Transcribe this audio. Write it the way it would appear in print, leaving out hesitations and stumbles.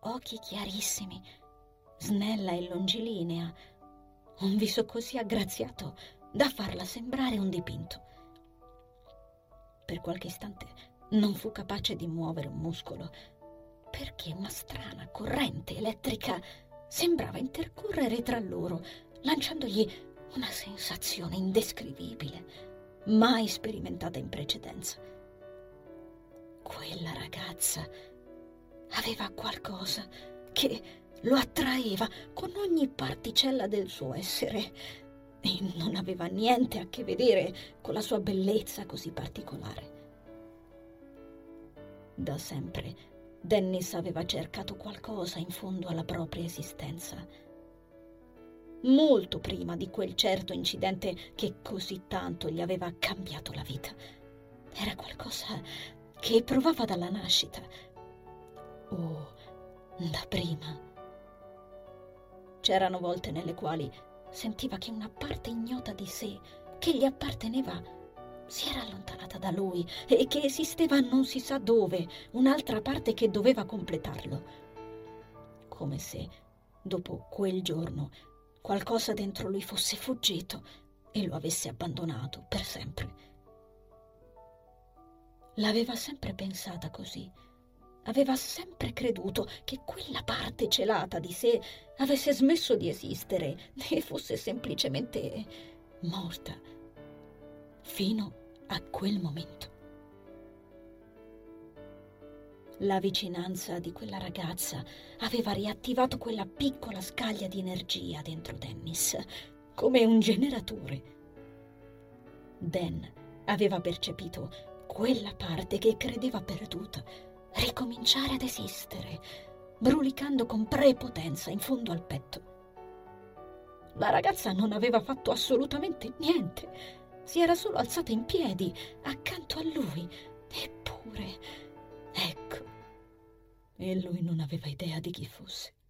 occhi chiarissimi, snella e longilinea, un viso così aggraziato da farla sembrare un dipinto. Per qualche istante non fu capace di muovere un muscolo, perché una strana corrente elettrica sembrava intercorrere tra loro, lanciandogli una sensazione indescrivibile, mai sperimentata in precedenza. Quella ragazza aveva qualcosa che lo attraeva con ogni particella del suo essere e non aveva niente a che vedere con la sua bellezza così particolare. Da sempre Dennis aveva cercato qualcosa in fondo alla propria esistenza. Molto prima di quel certo incidente che così tanto gli aveva cambiato la vita. Era qualcosa che provava dalla nascita, o da prima. C'erano volte nelle quali sentiva che una parte ignota di sé, che gli apparteneva, si era allontanata da lui e che esisteva non si sa dove, un'altra parte che doveva completarlo. Come se, dopo quel giorno, qualcosa dentro lui fosse fuggito e lo avesse abbandonato per sempre. L'aveva sempre pensata così. Aveva sempre creduto che quella parte celata di sé avesse smesso di esistere e fosse semplicemente morta. Fino a quel momento. La vicinanza di quella ragazza aveva riattivato quella piccola scaglia di energia dentro Dennis, come un generatore. Dan aveva percepito quella parte che credeva perduta ricominciare ad esistere, brulicando con prepotenza in fondo al petto. La ragazza non aveva fatto assolutamente niente. Si era solo alzata in piedi accanto a lui, eppure, ecco, e lui non aveva idea di chi fosse.